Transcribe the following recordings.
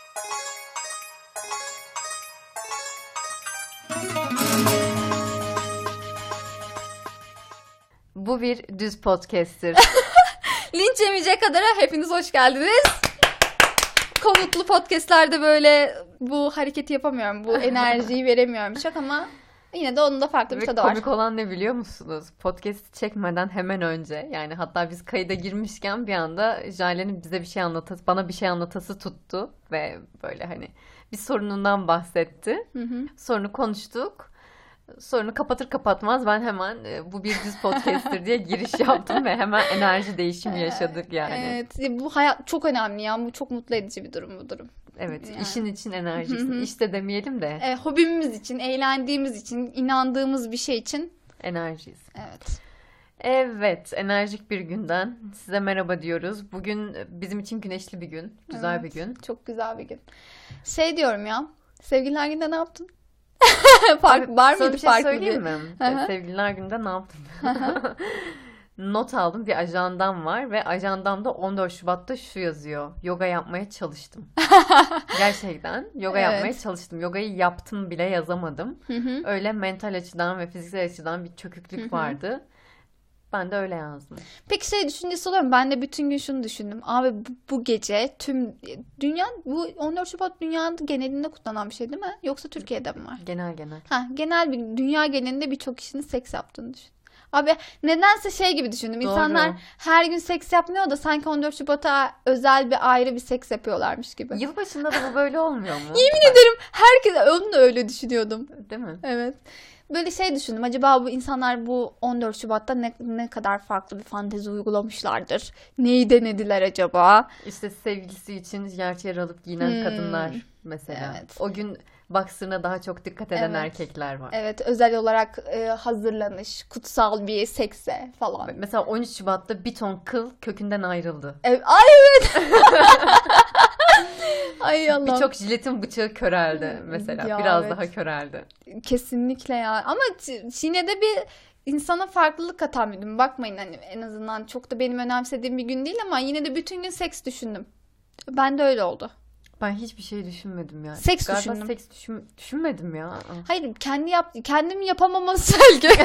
Bu bir düz podcast'tir. Linç yemeyecek kadar hepiniz hoş geldiniz. Konuklu podcastlerde böyle bu hareketi yapamıyorum. Bu enerjiyi veremiyorum çok ama yine de onun da farklı bir tadı var. Komik olan ne biliyor musunuz? Podcast'i çekmeden hemen önce, yani hatta biz kayıda girmişken bir anda Jale'nin bize bir şey anlatası, bana bir şey anlatası tuttu ve böyle hani bir sorunundan bahsetti. Sorunu konuştuk. Sorunu kapatır kapatmaz ben hemen bu bir düz podcast'tir diye giriş yaptım ve hemen enerji değişimi yaşadık yani. Evet, bu hayat çok önemli ya. Bu çok mutlu edici bir durum bu durum. Evet, yani. işin için enerjisi. İşte demeyelim de. Hobimiz için, eğlendiğimiz için, inandığımız bir şey için. Enerjiyiz. Evet. Evet, enerjik bir günden size merhaba diyoruz. Bugün bizim için güneşli bir gün, güzel bir gün. Çok güzel bir gün. Şey diyorum ya, Sevgililer Günü'nde ne yaptın? Var mıydı bir şey söyleyeyim mi? Sevgililer Günü'nde ne yaptım? Not aldım, bir ajandam var ve ajandamda 14 Şubat'ta şu yazıyor: yoga yapmaya çalıştım. Gerçekten yoga yapmaya çalıştım. Yogayı yaptım bile yazamadım. Öyle mental açıdan ve fiziksel açıdan bir çöküklük vardı. Ben de öyle yazdım. Peki şey düşüncesi oluyor mu? Ben de bütün gün şunu düşündüm. Abi bu gece tüm dünya, bu 14 Şubat dünyanın genelinde kutlanan bir şey değil mi? Yoksa Türkiye'de mi var? Genel. Genel bir dünya genelinde birçok kişinin seks yaptığını düşün. Abi nedense şey gibi düşündüm. Doğru. İnsanlar her gün seks yapmıyor da sanki 14 Şubat'a özel bir ayrı bir seks yapıyorlarmış gibi. Yılbaşında da bu böyle olmuyor mu? Yemin ederim herkes onu da öyle düşünüyordum. Değil mi? Evet. Böyle şey düşündüm. Acaba bu insanlar bu 14 Şubat'ta ne kadar farklı bir fantezi uygulamışlardır? Neyi denediler acaba? İşte sevgilisi için yer alıp giyinen kadınlar mesela. Evet. O gün boxer'ına daha çok dikkat eden erkekler var. Evet, özel olarak hazırlanış, kutsal bir sekse falan. Mesela 13 Şubat'ta bir ton kıl kökünden ayrıldı. Evet. Ay Allah. Birçok jiletin bıçağı köreldi mesela. Ya biraz evet. daha köreldi. Kesinlikle ya. Ama yine de bir insana farklılık katan bir gün. Bakmayın hani en azından çok da benim önemsediğim bir gün değil ama yine de bütün gün seks düşündüm. Ben de öyle oldu. Ben hiçbir şey düşünmedim ya. Seks Galiba düşündüm. Seks düşünmedim ya. Hayır, kendim yapamaması belki.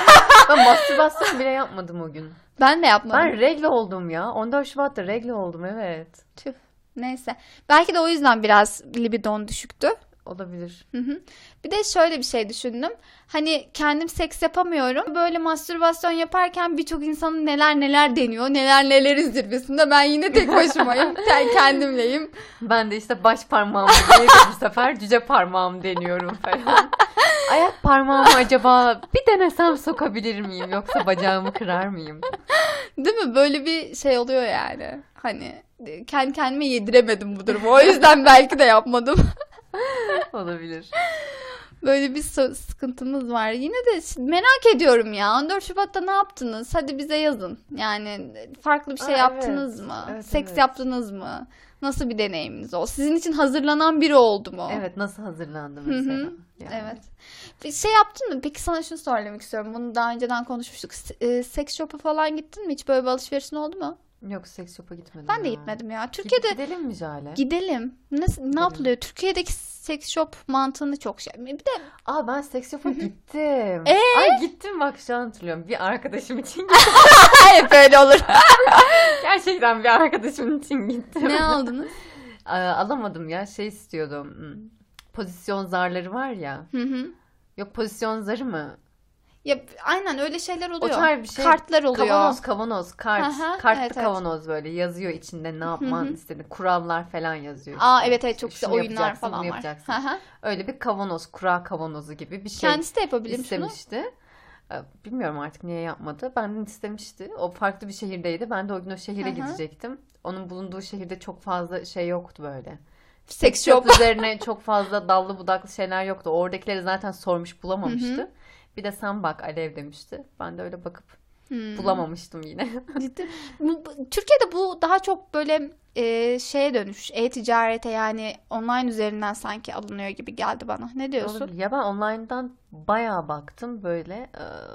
Ben mastürbasyon bile yapmadım o gün. Ben de yapmadım. Ben regle oldum ya. 14 Şubat'ta regle oldum, evet. Tüh. Neyse. Belki de o yüzden biraz libidon düşüktü. Olabilir. Bir de şöyle bir şey düşündüm. Hani kendim seks yapamıyorum. Böyle mastürbasyon yaparken birçok insanın neler deniyor. Nelerin zirvesinde. Ben yine tek başımayım. Kendimleyim. Ben de işte baş parmağımı değil bu sefer cüce parmağımı deniyorum falan. Ayak parmağımı acaba bir denesem sokabilir miyim? Yoksa bacağımı kırar mıyım? Değil mi? Böyle bir şey oluyor yani. Hani kendi kendime yediremedim bu durumu. O yüzden belki de yapmadım. Olabilir. Böyle bir sıkıntımız var. Yine de merak ediyorum ya. 14 Şubat'ta ne yaptınız? Hadi bize yazın. Yani farklı bir şey yaptınız mı? Evet, Seks yaptınız mı? Nasıl bir deneyiminiz oldu? Sizin için hazırlanan biri oldu mu? Evet, nasıl hazırlandı mesela? Yani. Evet. Bir şey yaptın mı? Peki sana şunu söylemek istiyorum. Bunu daha önceden konuşmuştuk. Seks shop'a falan gittin mi? Hiç böyle bir alışverişin oldu mu? Yok, seks shop'a gitmedim. Ben de gitmedim ya. Türkiye'de gidelim mi Jale? Gidelim. Ne yapılıyor? Türkiye'deki seks shop mantığını çok şey. Bir de ben seks shop'a gittim. Ay gittim, bak şu an hatırlıyorum. Bir arkadaşım için gittim. hep öyle olur. Gerçekten bir arkadaşım için gittim. Ne aldınız? Alamadım ya. Şey istiyordum. Pozisyon zarları var ya. Yok, pozisyon zarı mı? Ya aynen öyle şeyler oluyor. O tarz bir şey. Kartlar oluyor. Kavanoz. Kartlı kavanoz böyle yazıyor içinde ne yapman istediğin. Kurallar falan yazıyor. Evet çok güzel oyunlar falan var. Öyle bir kavanoz, kura kavanozu gibi bir şey. Kendisi de yapabilir istemişti. Bilmiyorum artık niye yapmadı. Benden istemişti. O farklı bir şehirdeydi. Ben de o gün o şehire gidecektim. Onun bulunduğu şehirde çok fazla şey yoktu böyle. Seks shop üzerine çok fazla dallı budaklı şeyler yoktu. Oradakileri zaten sormuş, bulamamıştı. Bir de sen bak Alev demişti. Ben de öyle bakıp bulamamıştım yine. Ciddi. Türkiye'de bu daha çok böyle şeye dönüş. E-ticarete, yani online üzerinden sanki alınıyor gibi geldi bana. Ne diyorsun? Olabilir. Ya ben online'dan bayağı baktım böyle.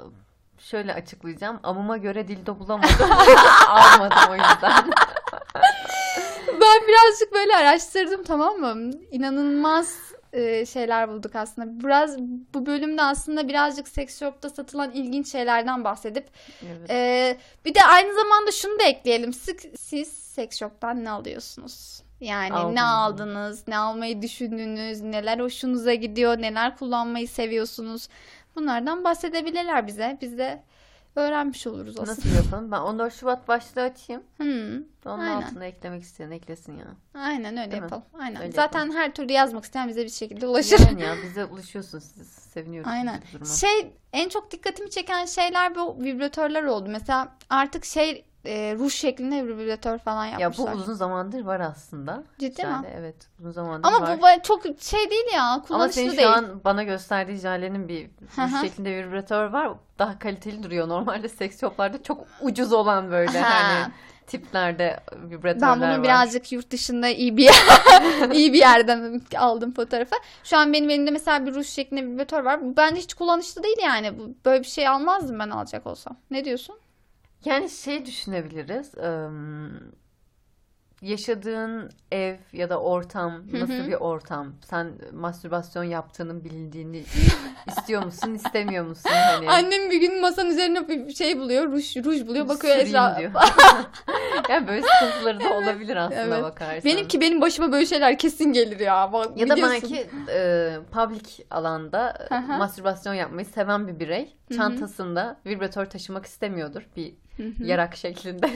Şöyle açıklayacağım. Amıma göre dildo bulamadım. Almadım o yüzden. Ben birazcık böyle araştırdım, tamam mı? İnanılmaz şeyler bulduk aslında. Biraz bu bölümde aslında birazcık seks shop'ta satılan ilginç şeylerden bahsedip bir de aynı zamanda şunu da ekleyelim. Siz seks shop'tan ne alıyorsunuz? Yani ne aldınız, ne almayı düşündünüz, neler hoşunuza gidiyor, neler kullanmayı seviyorsunuz. Bunlardan bahsedebilirler bize. Biz de öğrenmiş oluruz aslında. Nasıl yapalım? Ben 14 Şubat başlığı açayım. Onun Aynen. altına eklemek isteyen eklesin ya. Aynen öyle Değil mi? yapalım. Aynen. Öyle Zaten yapalım. her türlü yazmak isteyen bize bir şekilde ulaşır. Yani ya bize ulaşıyorsunuz siz. Seviniyoruz Aynen. bu duruma. En çok dikkatimi çeken şeyler bu vibratörler oldu. Mesela artık ruj şeklinde vibratör falan Ya bu yapmışlar. uzun zamandır var aslında. Ciddi mi? Jale, evet uzun zamandır Ama var. bu çok değil ya. Ama Kullanışlı senin değil. şu an bana gösterdiği Jale'nin bir Hı hı. ruj şeklinde bir vibratör var. Daha kaliteli duruyor. Normalde seks shoplarda çok ucuz olan böyle Ha. hani tiplerde vibratörler Ben bunu var. birazcık yurt dışında iyi bir iyi bir yerden aldım fotoğrafı. Şu an benim elimde mesela bir ruj şeklinde bir vibratör var. Bu bence hiç kullanışlı değil yani. Böyle bir şey almazdım ben alacak olsam. Ne diyorsun? Yani şey düşünebiliriz. Yaşadığın ev ya da ortam nasıl bir ortam? Sen mastürbasyon yaptığının bilindiğini istiyor musun, istemiyor musun? Hani Annem bir gün masanın üzerine bir şey buluyor, ruj buluyor, bakıyor süreyim etrafa. diyor. Yani böyle sıkıntıları da olabilir aslında Evet. bakarsan. Benim başıma böyle şeyler kesin gelir ya. Ya da Biliyorsun. belki public alanda Hı hı. mastürbasyon yapmayı seven bir birey çantasında vibratör taşımak istemiyordur bir yarak şeklinde.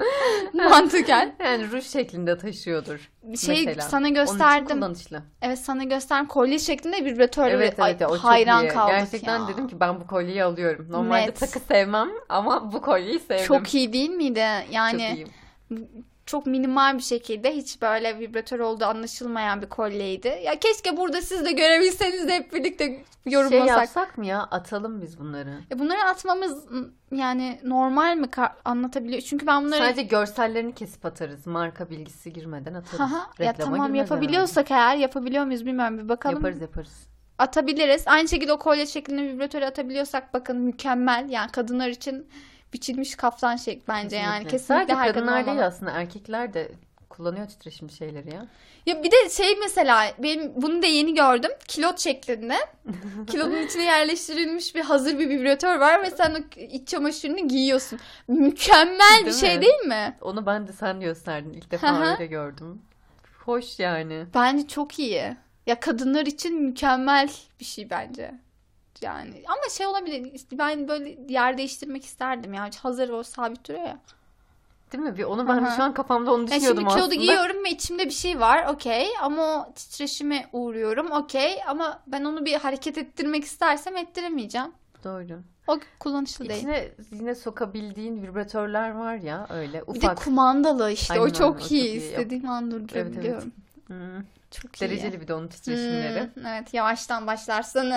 Mantıken. Yani ruj şeklinde taşıyordur mesela. Sana Onun için gösterdim. kullanışlı. Evet, sana gösterdim. Kolye şeklinde vibratör. Evet Ay, evet ya, o çok hayran iyi. kaldık Gerçekten ya. dedim ki ben bu kolyeyi alıyorum. Normalde Net. takı sevmem ama bu kolyeyi sevdim. Çok iyi değil miydi? Çok Yani iyi. çok minimal bir şekilde, hiç böyle vibratör olduğu anlaşılmayan bir kolyeydi. Ya keşke burada siz de görebilseniz de hep birlikte yorumlasak. Şey yapsak mı ya, atalım biz bunları. Bunları atmamız yani normal mi anlatabiliyor? Çünkü ben bunları Sadece görsellerini kesip atarız. Marka bilgisi girmeden atarız. Haha, ya Reklama tamam, girmez yapabiliyorsak eğer, yapabiliyor muyuz bilmiyorum, bir bakalım. Yaparız. Atabiliriz. Aynı şekilde o kolye şeklinde vibratörü atabiliyorsak bakın, mükemmel. Yani kadınlar için biçilmiş kaftan bence Kesinlikle. yani. Kesinlikle Sadece her kadın kadınlar değil olmalı. aslında, erkekler de kullanıyor titreşimli şeyleri ya. Ya bir de mesela benim bunu da yeni gördüm. Kilot şeklinde. Kilodun içine yerleştirilmiş bir hazır bir vibratör var ve sen o iç çamaşırını giyiyorsun. Mükemmel bir Değil şey mi? değil mi? Onu ben de sen gösterdin. İlk defa Hı hı. öyle gördüm. Hoş yani. Bence çok iyi. Ya kadınlar için mükemmel bir şey bence. Yani ama şey olabilir. Ben böyle yer değiştirmek isterdim ya. Hazır o sabit duruyor ya. Değil mi? Onu ben Hı hı. şu an kafamda onu Ya düşünüyordum şimdi kilodu aslında. giyiyorum ve içimde bir şey var. Okey. Ama o titreşime uğruyorum. Okey. Ama ben onu bir hareket ettirmek istersem ettiremeyeceğim. Doğru. O kullanışlı değil. İçine yine sokabildiğin vibratörler var ya öyle Bir de ufak. kumandalı işte. Aynen, o çok o çok iyi. iyi. İstediğim an durdurabiliyorum. Hmm, Çok iyi. dereceli bir de onun titreşimleri. Evet, yavaştan başlarsın.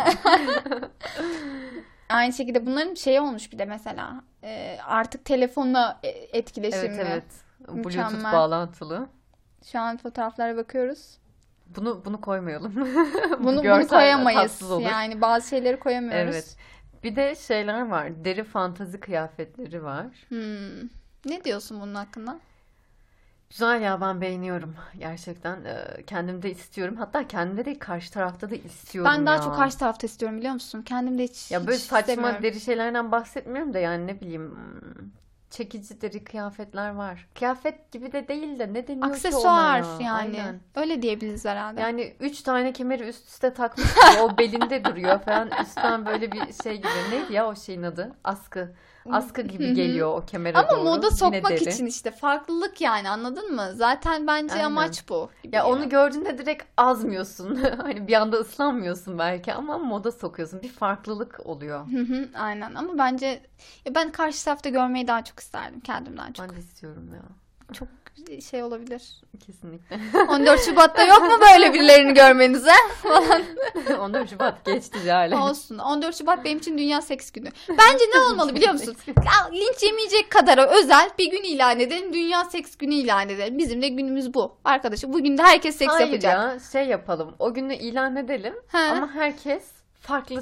Aynı şekilde bunların şeyi olmuş bir de mesela. Artık telefonla etkileşimli. Evet. Bluetooth Mükemmel. bağlantılı. Şu an fotoğraflara bakıyoruz. Bunu koymayalım. Bunu Görsel koyamayız. tatsız olur. Yani bazı şeyleri koyamıyoruz. Evet. Bir de şeyler var. Deri fantazi kıyafetleri var. Ne diyorsun bunun hakkında? Güzel ya, ben beğeniyorum. Gerçekten kendimde istiyorum. Hatta kendimde değil, karşı tarafta da istiyorum Ben daha ya. çok karşı tarafta istiyorum, biliyor musun? Kendimde hiç Ya böyle hiç saçma istemiyorum. deri şeylerden bahsetmiyorum da yani ne bileyim, çekici deri kıyafetler var. Kıyafet gibi de değil de ne deniyor ki Aksesuar ona ya? yani. Aynen. Öyle diyebiliriz herhalde. Yani 3 tane kemeri üst üste takmış gibi o belinde duruyor falan. Üstten böyle bir şey gibi. Neydi ya o şeyin adı? Askı. Askı gibi geliyor o kemere Ama doğru. moda Yine sokmak deri. için işte farklılık, yani anladın mı? Zaten bence Aynen. amaç bu. gibi Ya onu gördüğünde direkt azmıyorsun. Hani bir anda ıslanmıyorsun belki ama moda sokuyorsun. Bir farklılık oluyor. Aynen, ama bence ben karşı tarafta görmeyi daha çok isterdim, kendimden çok. Ben de istiyorum ya. Çok şey olabilir. Kesinlikle. 14 Şubat'ta yok mu böyle birilerini görmenize? 14 Şubat geçti Jale. Olsun. 14 Şubat benim için Dünya Seks Günü. Bence ne olmalı biliyor musun? Ya, linç yemeyecek kadar özel bir gün ilan edelim. Dünya Seks Günü ilan edelim. Bizim de günümüz bu. Arkadaşım, bugün de herkes seks Hayır yapacak. ya, şey yapalım. O günü ilan edelim He. ama herkes farklı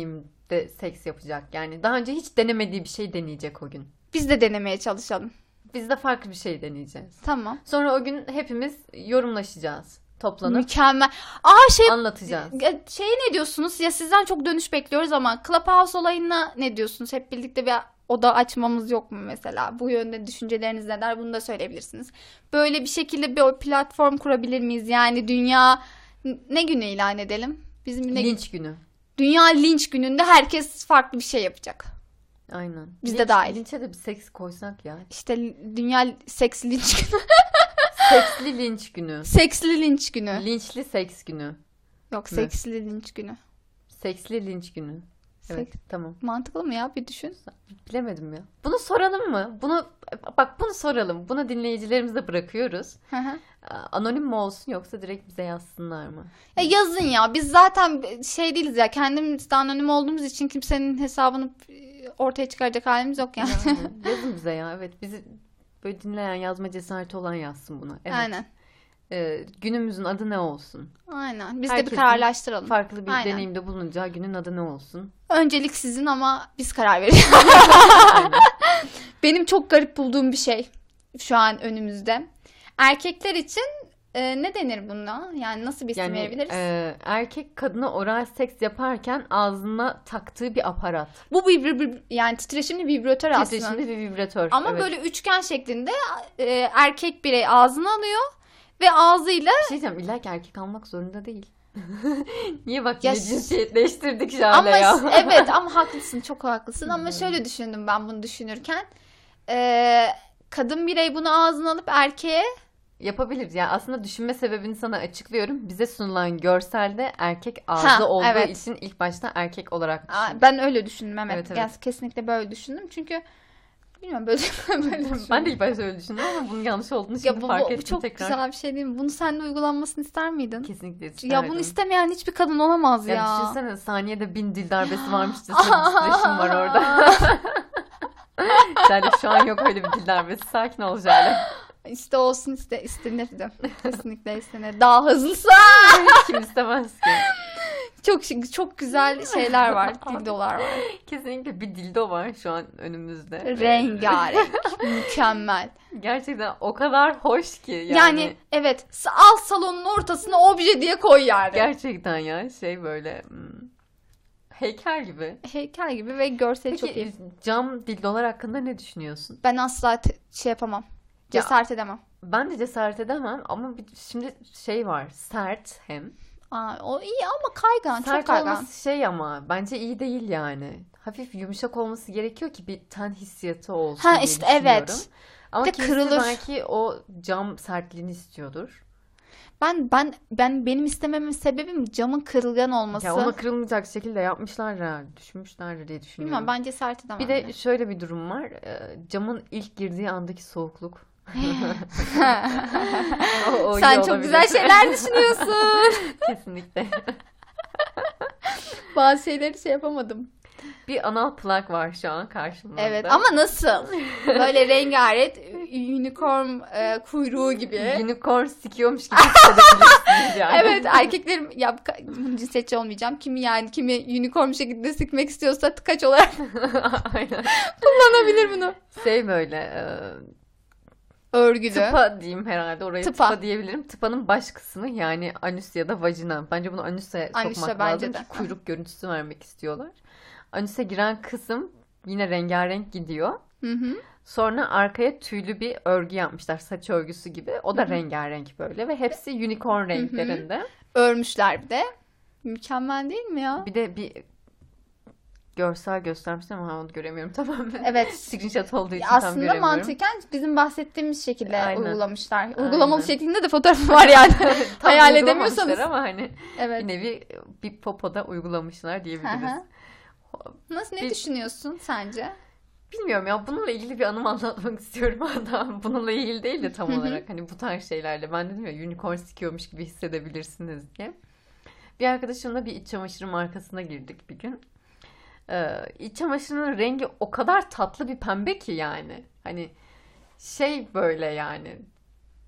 deneyimde seks yapacak. Yani daha önce hiç denemediği bir şey deneyecek o gün. Biz de denemeye çalışalım. Biz de farklı bir şey deneyeceğiz. Tamam. Sonra o gün hepimiz yorumlaşacağız. Toplanıp. Mükemmel. Anlatacağız. Ne diyorsunuz? Ya sizden çok dönüş bekliyoruz ama Clubhouse olayına ne diyorsunuz? Hep birlikte bir oda açmamız yok mu mesela? Bu yönde düşünceleriniz neler? Bunu da söyleyebilirsiniz. Böyle bir şekilde bir platform kurabilir miyiz? Yani dünya ne günü ilan edelim? Linç günü. Dünya linç gününde herkes farklı bir şey yapacak. Aynen. Biz de dahil. Linçe de bir seks koysak ya. İşte dünya seks linç günü. Seksli linç günü. Seksli linç günü. Linçli seks günü. Yok, seksli linç günü. Seksli linç günü. Evet, tamam. Mantıklı mı ya? Bir düşün. Bilemedim ya. Bunu soralım mı? Bunu soralım. Bunu dinleyicilerimize bırakıyoruz. Anonim mi olsun yoksa direkt bize yazsınlar mı? Ya yazın ya. Biz zaten şey değiliz ya. Kendimiz de anonim olduğumuz için kimsenin hesabını ortaya çıkaracak halimiz yok yani. Yazın bize ya. Evet, bizi böyle dinleyen, yazma cesareti olan yazsın bunu. Evet. Aynen. Günümüzün adı ne olsun? Aynen. Biz de bir kararlaştıralım. Farklı bir deneyimde bulunacağı günün adı ne olsun? Öncelik sizin ama biz karar veririz. Benim çok garip bulduğum bir şey şu an önümüzde. Erkekler için ne denir buna? Yani nasıl bir isim verebiliriz? Erkek kadına oral seks yaparken ağzına taktığı bir aparat. Bu yani titreşimli vibratör aslında. Titreşimli bir vibratör. Ama evet, böyle üçgen şeklinde erkek birey ağzına alıyor ve ağzıyla... Bir şey diyeceğim, illa ki erkek almak zorunda değil. Niye bak yine cinsiyetleştirdik Jale ama ya. Evet ama haklısın, çok haklısın ama şöyle düşündüm ben bunu düşünürken. Kadın birey bunu ağzına alıp erkeğe yapabilir. Yani aslında düşünme sebebini sana açıklıyorum. Bize sunulan görselde erkek ağzı olduğu için ilk başta erkek olarak düşündüm. Ben öyle düşündüm Mehmet. Evet. Yani kesinlikle böyle düşündüm. Çünkü bilmiyorum böyle düşündüm. Ben de ilk başta öyle düşündüm ama bunun yanlış olduğunu şimdi fark ettim bu çok tekrar. güzel bir şey değil mi? Bunu seninle uygulanmasını ister miydin? Kesinlikle isterdim. Ya bunu istemeyen hiçbir kadın olamaz ya. Ya düşünsene, saniyede 1000 dil darbesi varmıştı. Titreşim var orada. Jale şu an yok öyle bir dil darbesi. Sakin ol Jale. İşte olsun, istenirdi. Kesinlikle istenir. Daha hızlısa. Kim istemez ki? Çok güzel şeyler var. Dildolar var. Kesinlikle bir dildo var şu an önümüzde. Rengarenk. Mükemmel. Gerçekten o kadar hoş ki. Yani evet. Al salonun ortasına obje diye koy yani. Gerçekten ya böyle heykel gibi. Heykel gibi ve görseli çok iyi. Peki cam dildolar hakkında ne düşünüyorsun? Ben asla yapamam. Cesaret edemem. Ben de cesaret edemem ama şimdi var, sert hem. O iyi ama kaygan, sert çok kaygan. Olması ama bence iyi değil yani. Hafif yumuşak olması gerekiyor ki bir ten hissiyatı olsun diye düşünüyorum. Evet. Ama kimisi kırılır. Belki o cam sertliğini istiyordur. Benim istememin sebebim camın kırılgan olması. Ya ona kırılmayacak şekilde yapmışlar herhalde, düşünmüşler diye düşünüyorum. Bilmiyorum, ben cesaret edemem. Bir de şöyle bir durum var. Camın ilk girdiği andaki soğukluk. Sen çok güzel şeyler düşünüyorsun. Kesinlikle. Bazı şeyleri yapamadım. Bir anal plak var şu an karşımda. Evet ama nasıl? Böyle rengarenk unicorn kuyruğu gibi. Unicorn sikiyormuş gibi hissedebilirsiniz yani. Evet, erkeklerim cinsiyetçi olmayacağım. Kimi unicorn bir şekilde sikmek istiyorsa tıkaç olarak Aynen. kullanabilir bunu. Böyle örgülü. Tıpa diyeyim herhalde. Oraya tıpa diyebilirim. Tıpanın baş kısmı yani anüs ya da vajina. Bence bunu anüse sokmak lazım ki kuyruk görüntüsü vermek istiyorlar. Anüse giren kısım yine rengarenk gidiyor. Hı. Sonra arkaya tüylü bir örgü yapmışlar. Saç örgüsü gibi. O da rengarenk böyle ve hepsi unicorn renklerinde. Örmüşler bir de. Mükemmel değil mi ya? Bir de bir görsel göstermiştim ama onu göremiyorum tamamen. Evet. Screenshot olduğu için tam göremiyorum. Aslında mantıken bizim bahsettiğimiz şekilde uygulamışlar. Aynen. Uygulamalı şeklinde de fotoğrafı var yani. Hayal edemiyorsanız. Ama hani evet. Bir nevi bir popoda uygulamışlar diyebiliriz. Ne düşünüyorsun sence? Bilmiyorum ya, bununla ilgili bir anımı anlatmak istiyorum. Hatta bununla ilgili değil de tam olarak hani bu tarz şeylerle. Ben dedim ya, unicorn sikiyormuş gibi hissedebilirsiniz diye. Bir arkadaşımla bir iç çamaşırı markasına girdik bir gün. İç çamaşırının rengi o kadar tatlı bir pembe ki yani. Hani böyle yani.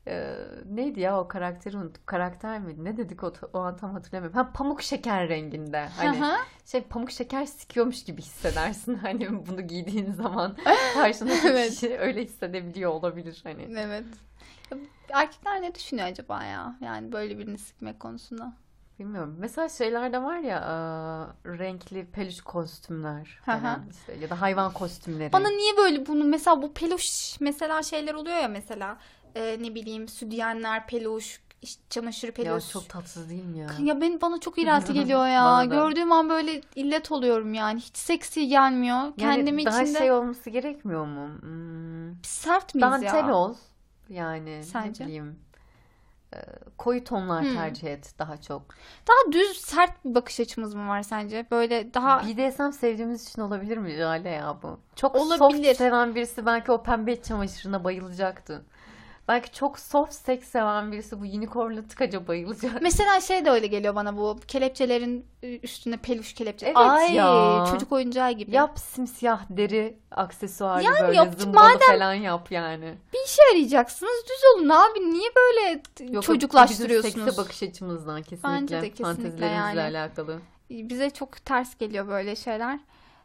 Neydi ya o karakteri unuttum. Karakter miydi? Ne dedik o an tam hatırlamıyorum. Ha, pamuk şeker renginde. Hani pamuk şeker sikiyormuş gibi hissedersin. Hani bunu giydiğin zaman karşındaki kişi öyle hissedebiliyor olabilir hani. Evet. Erkekler ne düşünüyor acaba ya? Yani böyle birini sikmek konusunda. Bilmiyorum. Mesela şeyler de var ya, renkli peluş kostümler falan işte, ya da hayvan kostümleri. Bana niye böyle bunu mesela bu peluş mesela şeyler oluyor ya mesela ne bileyim sütyenler peluş, işte çamaşır peluş. Ya çok tatsız değil mi ya? Ya bana çok iğrenç geliyor ya. Gördüğüm an böyle illet oluyorum yani. Hiç seksi gelmiyor. Yani kendimi daha içinde şey olması gerekmiyor mu? sert miyiz ya? Dantel ol. Yani sence? ne bileyim. Koyu tonlar tercih et daha çok. Daha düz sert bir bakış açımız mı var sence? Böyle daha... BDSM sevdiğimiz için olabilir mi Jale ya bu? Çok olabilir. Soft seven birisi belki o pembe iç çamaşırına bayılacaktı. Belki çok soft seks seven birisi bu unicorn'la tıkaca bayılacak. Mesela şey de öyle geliyor bana, bu kelepçelerin üstüne peluş kelepçe. Evet ay ya. Çocuk oyuncağı gibi. Yap simsiyah deri aksesuarlı yani böyle zımbalı falan yap yani. Bir işe yarayacaksınız, düz olun abi. Niye böyle çocuklaştırıyorsunuz? Bizim sekse bakış açımızdan kesinlikle. Bence de kesinlikle fantezilerimizle yani. alakalı. Bize çok ters geliyor böyle şeyler.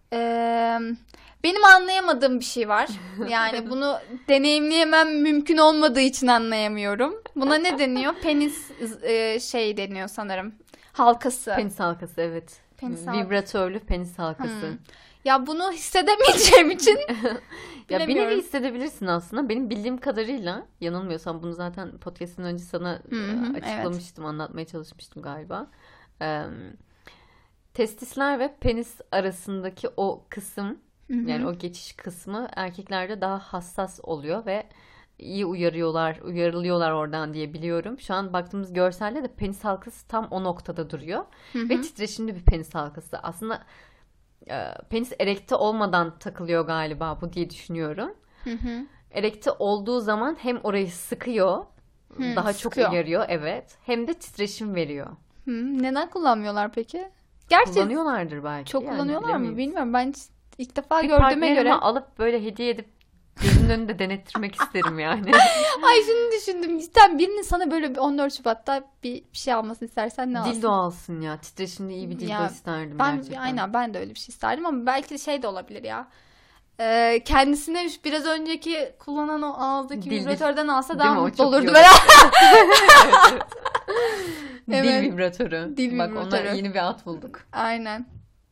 Benim anlayamadığım bir şey var. Yani bunu deneyimleyemem, mümkün olmadığı için anlayamıyorum. Buna ne deniyor? Penis şey deniyor sanırım. Halkası. Penis halkası, evet. Vibratörlü penis halkası. Ya bunu hissedemeyeceğim için ya bir nevi hissedebilirsin aslında. Benim bildiğim kadarıyla, yanılmıyorsam bunu zaten podcast'ın önce sana açıklamıştım, anlatmaya çalışmıştım galiba. Testisler ve penis arasındaki o kısım, yani o geçiş kısmı erkeklerde daha hassas oluyor ve iyi uyarılıyorlar oradan diye biliyorum. Şu an baktığımız görselde de penis halkası tam o noktada duruyor. Ve titreşimli bir penis halkası. Aslında penis erekte olmadan takılıyor galiba bu diye düşünüyorum. Erekte olduğu zaman hem orayı sıkıyor, daha çok uyarıyor, evet. Hem de titreşim veriyor. Neden kullanmıyorlar peki? Kullanıyorlardır belki. Çok kullanıyorlar mı bilmiyorum. Ben ilk defa bir gördüğüme göre alıp böyle hediye edip gözünün önünde denettirmek isterim yani. Ay şunu düşündüm. Sen birinin sana böyle bir 14 Şubat'ta bir şey almasını istersen ne alsın? Dildo alsın ya. Titreşimli iyi bir dildo isterdim gerçekten. Aynen ben de öyle bir şey isterdim ama belki şey de olabilir ya. Kendisine biraz önceki kullanan o ağızdaki vibratörden alsa daha mutlu olurdu. Dil vibratörü. Dil Bak vibratörü. ona yeni bir ad bulduk. Aynen.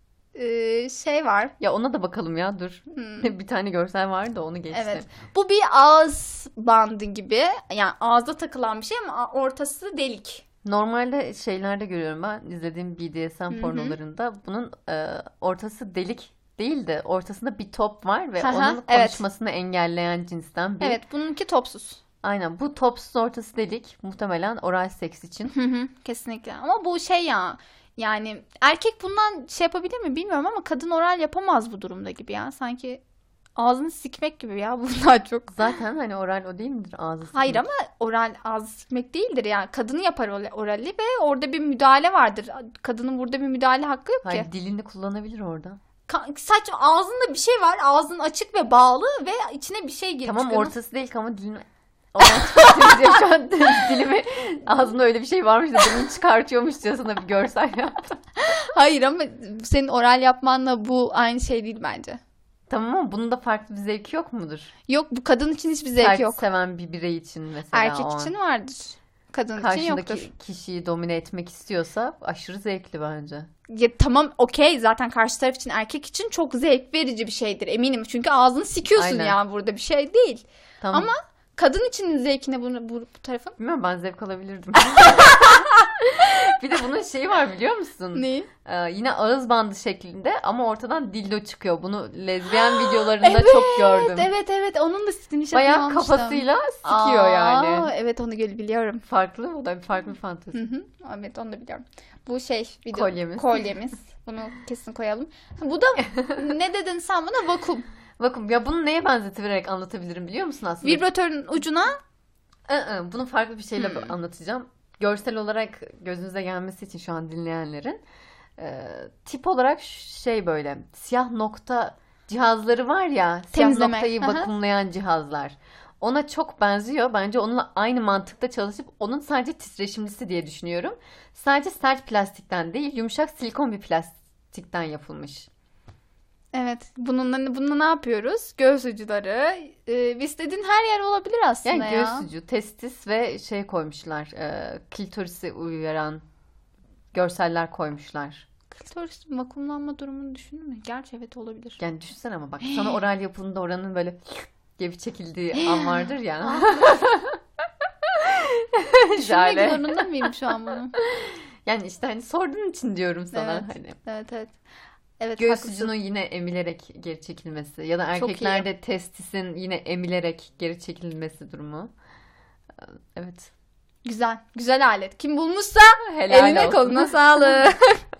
Şey var. Ya ona da bakalım ya, dur. Bir tane görsel vardı da onu geçti. Evet. Bu bir ağız bandı gibi. Yani ağızda takılan bir şey ama ortası delik. Normalde şeylerde görüyorum ben, izlediğim BDSM pornolarında bunun ortası delik değil de ortasında bir top var ve onun konuşmasını engelleyen cinsten bir. Evet, bununki topsuz. Aynen, bu topsuz ortası delik muhtemelen oral seks için. Kesinlikle. Ama bu şey ya, yani erkek bundan şey yapabilir mi bilmiyorum ama kadın oral yapamaz bu durumda gibi ya. Sanki ağzını sikmek gibi ya bundan çok. Zaten hani oral o değil midir, ağzı sikmek? Hayır ama oral ağzı sikmek değildir yani. Kadını yapar orali ve orada bir müdahale vardır. Kadının burada bir müdahale hakkı yok ki. Hayır, dilini kullanabilir orada. Saçma, ağzında bir şey var. Ağzın açık ve bağlı ve içine bir şey girmiş. Tamam, ortası değil ama dilini... Oradan çıkartıyor şu an dilimi, ağzında öyle bir şey varmış da dilini çıkartıyormuşçasına bir görsel yaptım. Hayır ama senin oral yapmanla bu aynı şey değil bence. Tamam ama bunun da farklı bir zevki yok mudur? Yok, bu kadın için hiçbir zevki yok. seven bir birey için mesela. Erkek için vardır. Kadın için yoktur. Karşındaki kişiyi domine etmek istiyorsa aşırı zevkli bence. Ya tamam, okey, zaten karşı taraf için, erkek için çok zevk verici bir şeydir eminim. Çünkü ağzını sikiyorsun ya, burada bir şey değil. Tamam. Ama kadın için zevkine bu tarafın. Bilmiyorum, ben zevk alabilirdim. Bir de bunun şeyi var, biliyor musun? Neyi? Yine ağız bandı şeklinde ama ortadan dildo çıkıyor. Bunu lezbiyen videolarında çok gördüm. Evet. Onun da screenshot'ını bayağı almıştım. Kafasıyla sikiyor yani. Evet, onu biliyorum. Farklı, o da bir farklı bir fantezi. Evet, onu da biliyorum. Bu şey video. Kolyemiz. Bunu kesin koyalım. Bu da ne dedin sen buna? Vakum. Vakum. Ya bunu neye benzetiverek anlatabilirim biliyor musun aslında? Vibratörün ucuna. Bunu farklı bir şeyle anlatacağım. Görsel olarak gözünüze gelmesi için şu an dinleyenlerin. Tip olarak şey, böyle siyah nokta cihazları var ya. Siyah noktayı vakumlayan cihazlar. Ona çok benziyor. Bence onunla aynı mantıkta çalışıp onun sadece titreşimlisi diye düşünüyorum. Sadece sert plastikten değil, yumuşak silikon bir plastikten yapılmış. Evet. Bununla ne yapıyoruz? Göğüs uçları. İstediğin her yer olabilir aslında Yani ya. göğüs ucu, testis ve şey koymuşlar. Klitorisi uyaran görseller koymuşlar. Klitoris vakumlanma durumunu düşündün mü? Gerçi evet olabilir. Yani düşünsene ama bak sana oral yapıldığında oranın böyle diye bir çekildiği an vardır ya. Düşünmek Şöyle. zorunda mıyım şu an bunu? Yani işte hani sorduğun için diyorum sana Evet. hani. Evet. Evet, Göğüs haklısın. ucunun yine emilerek geri çekilmesi ya da Çok iyi. erkeklerde testisin yine emilerek geri çekilmesi durumu. Evet. Güzel. Güzel alet. Kim bulmuşsa Helal eline olsun. koluna sağlık.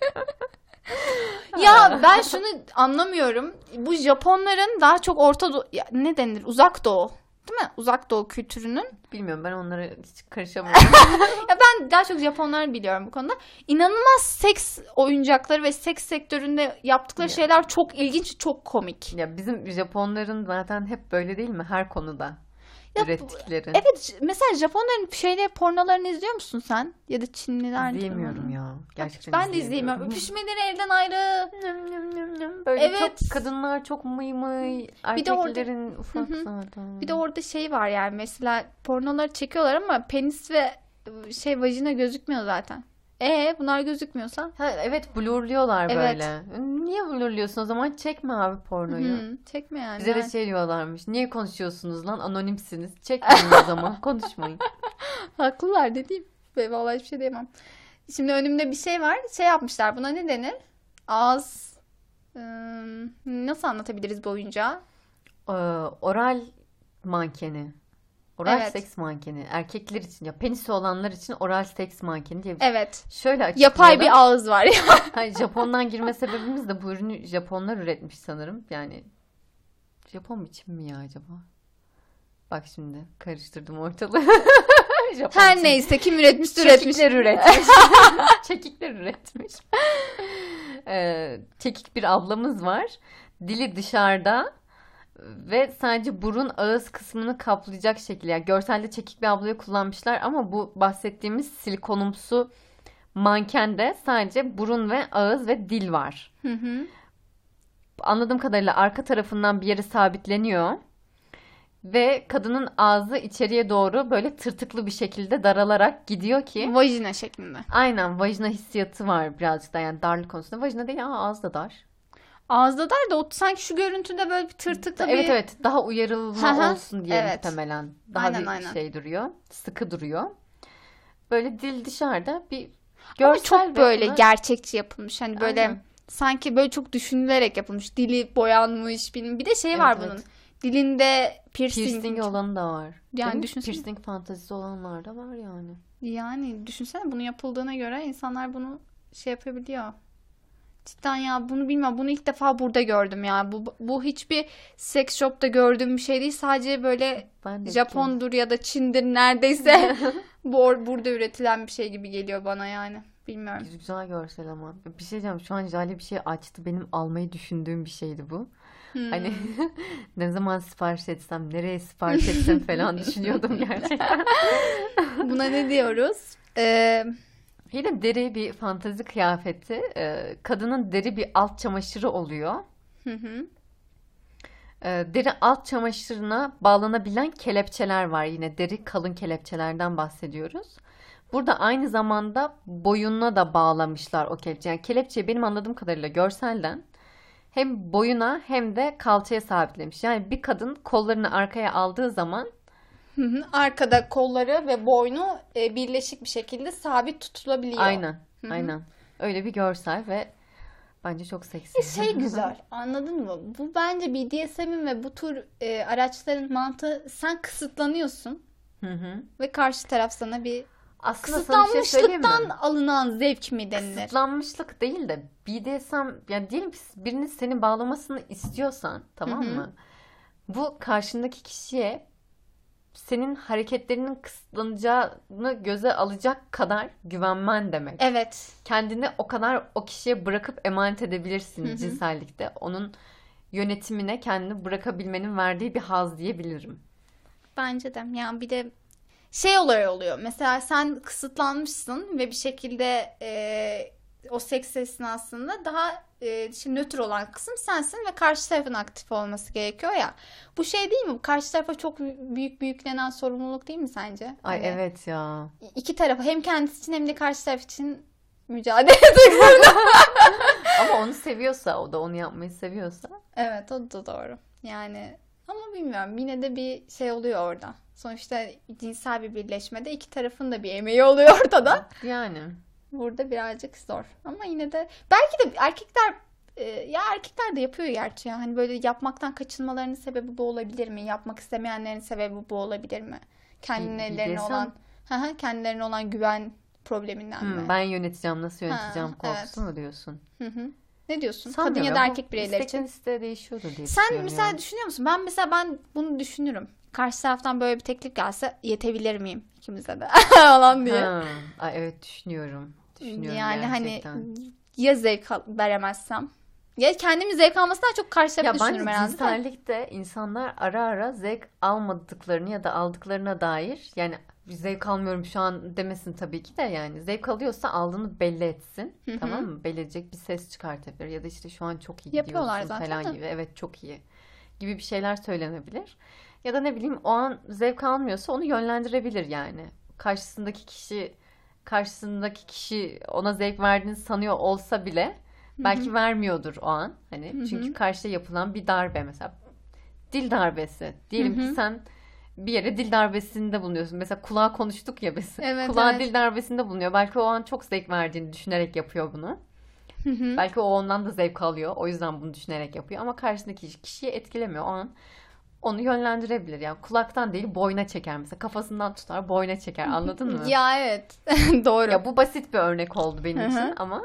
Ya ben şunu anlamıyorum. Bu Japonların daha çok ne denir? Uzak Doğu. Değil mi? Uzak Doğu kültürünün. Bilmiyorum, ben onlara hiç karışamıyorum. Ya ben daha çok Japonlar biliyorum bu konuda. İnanılmaz seks oyuncakları ve seks sektöründe yaptıkları Ya. şeyler çok ilginç, çok komik. Ya bizim Japonların zaten hep böyle değil mi? Her konuda Ya ürettikleri. Evet, mesela Japonların pornolarını izliyor musun sen? Ya da Çinliler. İzleyemiyorum ya. Gerçekten Ben de izleyemiyorum. Öpüşmeleri elden ayrı. Böyle Evet. çok kadınlar çok mıy mıy. Bir de orada- Erkeklerin ufak Hı hı. zaten. Bir de orada şey var yani, mesela pornoları çekiyorlar ama penis ve vajina gözükmüyor zaten. Bunlar gözükmüyorsa? Ha, evet, blurluyorlar Evet. böyle. Niye blurluyorsun o zaman? Çekme abi pornoyu. Çekme yani. Bize de Yani. şey diyorlarmış. Niye konuşuyorsunuz lan? Anonimsiniz. Çekmeyin o zaman. Konuşmayın. Haklılar dediğim. Vallahi hiçbir şey diyemem. Şimdi önümde bir şey var. Şey yapmışlar. Buna ne denir? Ağız. Nasıl anlatabiliriz bu oyuncağı? Oral mankeni. Oral Evet. seks mankeni. Erkekler için, ya penisi olanlar için oral seks mankeni diye bir Evet. Şöyle Yapay açıklayalım. bir ağız var ya. Hayır, Japon'dan girme sebebimiz de bu ürünü Japonlar üretmiş sanırım. Yani Japon biçim mi ya acaba? Bak şimdi karıştırdım ortalığı. Japon Her biçim. neyse, kim üretmişse üretmiş. Çekikler üretmiş. Çekikler üretmiş. Çekik bir ablamız var. Dili dışarıda ve sadece burun ağız kısmını kaplayacak şekilde. Yani görselde çekik bir ablayı kullanmışlar ama bu bahsettiğimiz silikonumsu mankende sadece burun ve ağız ve dil var. Hı hı. Anladığım kadarıyla arka tarafından bir yere sabitleniyor. Ve kadının ağzı içeriye doğru böyle tırtıklı bir şekilde daralarak gidiyor ki Vajina şeklinde. aynen vajina hissiyatı var birazcık da, yani darlık konusunda. Vajina değil ama ağız da dar. Ağızda dar da o sanki şu görüntüde böyle bir tırtıklı Evet bir... evet, daha uyarılma Hı hı, olsun diye evet. muhtemelen. Daha Aynen, bir aynen. şey duruyor. Sıkı duruyor. Böyle dil dışarıda bir Ama görsel çok ve böyle ona- gerçekçi yapılmış. Hani böyle Aynen. sanki böyle çok düşünülerek yapılmış. Dili boyanmış. Bir de şey Evet, var evet. bunun. Dilinde piercing. Piercing olanı da var. Yani Değil mi? düşünsene. Piercing fantezisi olanlar da var yani. Yani düşünsene, bunu yapıldığına göre insanlar bunu şey yapabiliyor. Cidden ya, bunu bilmem. Bunu ilk defa burada gördüm ya. Bu hiçbir sex shop'ta gördüğüm bir şey değil. Sadece böyle Ben de Japondur ya da Çin'dir neredeyse. Burada üretilen bir şey gibi geliyor bana yani. Bilmiyorum. Güzel görsel ama. Bir şey diyeceğim. Şu an Jale bir şey açtı. Benim almayı düşündüğüm bir şeydi bu. Hani ne zaman sipariş etsem, nereye sipariş etsem falan düşünüyordum gerçekten. Buna ne diyoruz? Yine deri bir fantezi kıyafeti. Kadının deri bir alt çamaşırı oluyor. Hı hı. Deri alt çamaşırına bağlanabilen kelepçeler var. Yine deri kalın kelepçelerden bahsediyoruz. Burada aynı zamanda boyununa da bağlamışlar o kelepçe. Yani kelepçeyi benim anladığım kadarıyla görselden hem boyuna hem de kalçaya sabitlemiş. Yani bir kadın kollarını arkaya aldığı zaman Hı hı. Arkada kolları ve boynu birleşik bir şekilde sabit tutulabiliyor. aynen, Hı hı. aynen. Öyle bir görsel ve bence çok seksi. Şey güzel, anladın mı? Bu bence BDSM'in ve bu tür araçların mantığı, sen kısıtlanıyorsun Hı hı. ve karşı taraf sana bir Aslında sana bir şey söyleyeyim mi? kısıtlanmışlıktan alınan zevk mi denilir? Kısıtlanmışlık değil de BDSM, yani diyelim ki birinin seni bağlamasını istiyorsan, tamam Hı hı. mı? Bu karşındaki kişiye senin hareketlerinin kısıtlanacağını göze alacak kadar güvenmen demek. Evet. Kendini o kadar o kişiye bırakıp emanet edebilirsin Hı hı. cinsellikte. Onun yönetimine kendini bırakabilmenin verdiği bir haz diyebilirim. bence de. Yani bir de şey oluyor. Mesela sen kısıtlanmışsın ve bir şekilde o seks esnasında daha nötr olan kısım sensin ve karşı tarafın aktif olması gerekiyor ya. Bu şey değil mi? Karşı tarafa çok büyük yüklenen sorumluluk değil mi sence? Ay hani, evet ya. İki tarafı hem kendisi için hem de karşı taraf için mücadele ediyor. Ama onu seviyorsa, o da onu yapmayı seviyorsa. Evet, o da doğru. Yani ama bilmiyorum, yine de bir şey oluyor orada. Sonuçta cinsel bir birleşmede iki tarafın da bir emeği oluyor ortada. Yani. Burada birazcık zor. Ama yine de belki de erkekler ya erkekler de yapıyor gerçi ya. Hani böyle yapmaktan kaçınmalarının sebebi bu olabilir mi? Yapmak istemeyenlerin sebebi bu olabilir mi? Kendilerine olan güven probleminden mi? Ben yöneteceğim, nasıl yöneteceğim korkusu mu diyorsun? Hı. Ne diyorsun? Sanmıyorum Kadın ya da erkek bireyler için. İstekten isteğe değişiyordur diye Sen düşünüyorum mesela ya. düşünüyor musun? Ben bunu düşünürüm. Karşı taraftan böyle bir teklif gelse yetebilir miyim ikimize de falan diye. Ay, evet düşünüyorum. Yani gerçekten. hani ya zevk veremezsem. Ya kendimi zevk almasından çok karşı tarafı düşünürüm bence herhalde. cinsellikte insanlar ara ara zevk almadıklarını ya da aldıklarına dair, yani zevk almıyorum şu an demesin tabii ki de, yani zevk alıyorsa aldığını belli etsin. Tamam mı? Belli edecek bir ses çıkartabilir ya da işte şu an çok iyi Yapıyorlar gidiyorsun zaten falan gibi. Evet, çok iyi gibi bir şeyler söylenebilir. Ya da ne bileyim, o an zevk almıyorsa onu yönlendirebilir yani. Karşısındaki kişi ona zevk verdiğini sanıyor olsa bile belki vermiyordur o an. Hani çünkü karşıda yapılan bir darbe, mesela dil darbesi. Diyelim ki sen bir yere dil darbesinde bulunuyorsun. Mesela kulağa konuştuk ya biz. Evet, Kulağa evet. dil darbesinde bulunuyor. Belki o an çok zevk verdiğini düşünerek yapıyor bunu. Belki o ondan da zevk alıyor. O yüzden bunu düşünerek yapıyor. Ama karşısındaki kişiyi etkilemiyor. O an onu yönlendirebilir. Yani kulaktan değil, boyna çeker mesela. Kafasından tutar, boyna çeker. Anladın mı? Ya evet. Doğru. Ya bu basit bir örnek oldu benim için ama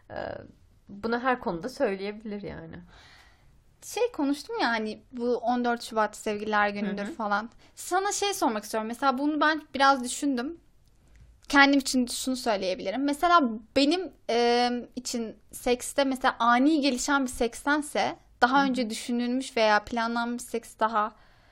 bunu her konuda söyleyebilir yani. Konuştum ya hani bu 14 Şubat Sevgililer Günü'dür falan. Sana sormak istiyorum. Mesela bunu ben biraz düşündüm. Kendim için şunu söyleyebilirim. Mesela benim için sekste mesela ani gelişen bir sekstense daha önce düşünülmüş veya planlanmış seks daha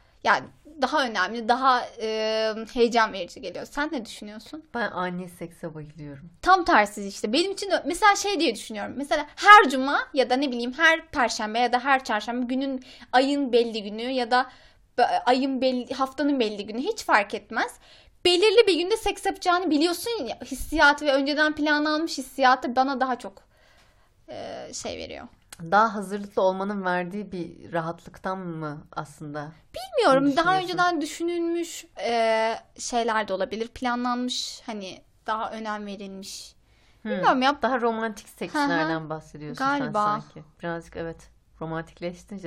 önemli, daha heyecan verici geliyor. Sen ne düşünüyorsun? Ben ani sekse bayılıyorum. Tam tersi işte. Benim için de mesela diye düşünüyorum. Mesela her cuma ya da ne bileyim her perşembe ya da her çarşamba, ayın belli günü ya da haftanın belli günü, hiç fark etmez. Belirli bir günde seks yapacağını biliyorsun ya, hissiyatı ve önceden planlanmış hissiyatı bana daha çok veriyor. Daha hazırlıklı olmanın verdiği bir rahatlıktan mı aslında? Bilmiyorum. Daha önceden düşünülmüş şeyler de olabilir. Planlanmış, hani daha önem verilmiş. Bilmiyorum ya. Daha romantik sekslerden bahsediyorsun galiba. sen sanki. Birazcık evet. Romantikleştin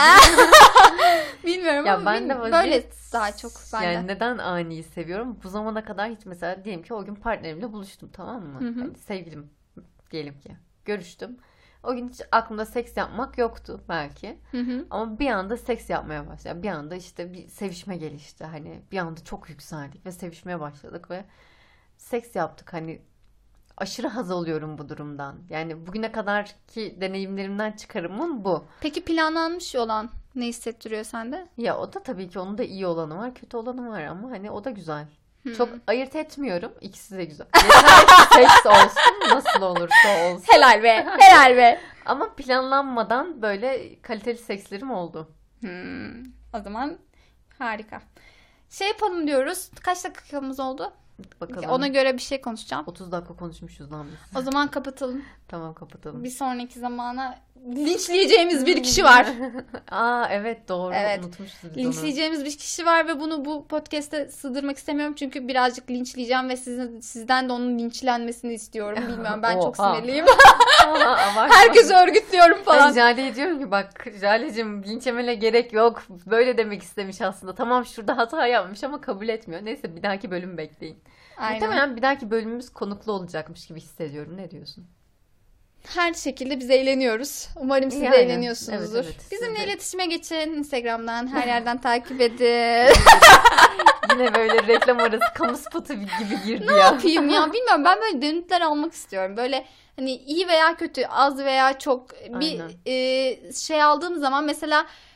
Bilmiyorum ya ama ben de böyle daha çok bende. Yani neden aniyi seviyorum? Bu zamana kadar hiç, mesela diyelim ki o gün partnerimle buluştum, tamam mı? Hani sevgilim diyelim ki. Görüştüm. O gün hiç aklımda seks yapmak yoktu belki. Ama bir anda seks yapmaya başladık. Bir anda işte bir sevişme gelişti. Hani bir anda çok yükseldik ve sevişmeye başladık ve seks yaptık. Hani aşırı haz alıyorum bu durumdan. Yani bugüne kadarki deneyimlerimden çıkarımım bu. Peki planlanmış olan ne hissettiriyor sende? Ya o da tabii ki, onun da iyi olanı var, kötü olanı var ama hani o da güzel. Çok ayırt etmiyorum. İkisi de güzel. Yeter ki seks olsun, nasıl olursa olsun. Helal be, helal be. Ama planlanmadan böyle kaliteli sekslerim oldu. O zaman harika. Yapalım diyoruz. Kaç dakikamız oldu? Bakalım. Ona göre bir şey konuşacağım. 30 dakika konuşmuşuz lan biz. O zaman kapatalım. Tamam, kapatalım. Bir sonraki zamana linçleyeceğimiz bir kişi var. Evet, doğru. Evet. Unutmuşuz biz onu. Linçleyeceğimiz bir kişi var ve bunu bu podcast'te sığdırmak istemiyorum. Çünkü birazcık linçleyeceğim ve sizden de onun linçlenmesini istiyorum. Bilmiyorum, ben çok sinirliyim. Herkesi örgütlüyorum falan. Ben Jale'ye diyorum ki bak Jale'cim, linç yemene gerek yok. Böyle demek istemiş aslında. Tamam, şurada hata yapmış ama kabul etmiyor. Neyse, bir dahaki bölüm bekleyin. Aynen. Muhtemelen bir dahaki bölümümüz konuklu olacakmış gibi hissediyorum. Ne diyorsun? Her şekilde biz eğleniyoruz. Umarım siz de Yani, eğleniyorsunuzdur. evet, Bizimle siz de. iletişime geçin. Instagram'dan her yerden takip edin. Yine böyle reklam arası kamu spotu gibi girdi Ne ya. yapayım ya, bilmiyorum. Ben böyle dönütler almak istiyorum. Böyle hani iyi veya kötü, az veya çok bir aldığım zaman mesela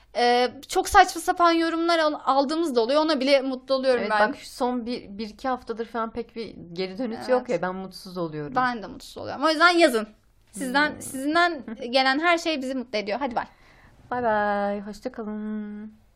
Çok saçma sapan yorumlar aldığımız da oluyor. Ona bile mutlu oluyorum Evet, ben. bak son bir iki haftadır falan pek bir geri dönüş Evet. yok ya, ben mutsuz oluyorum. Ben de mutsuz oluyorum. O yüzden yazın. Sizden gelen her şey bizi mutlu ediyor. Hadi bay. Bay bay, hoşça kalın.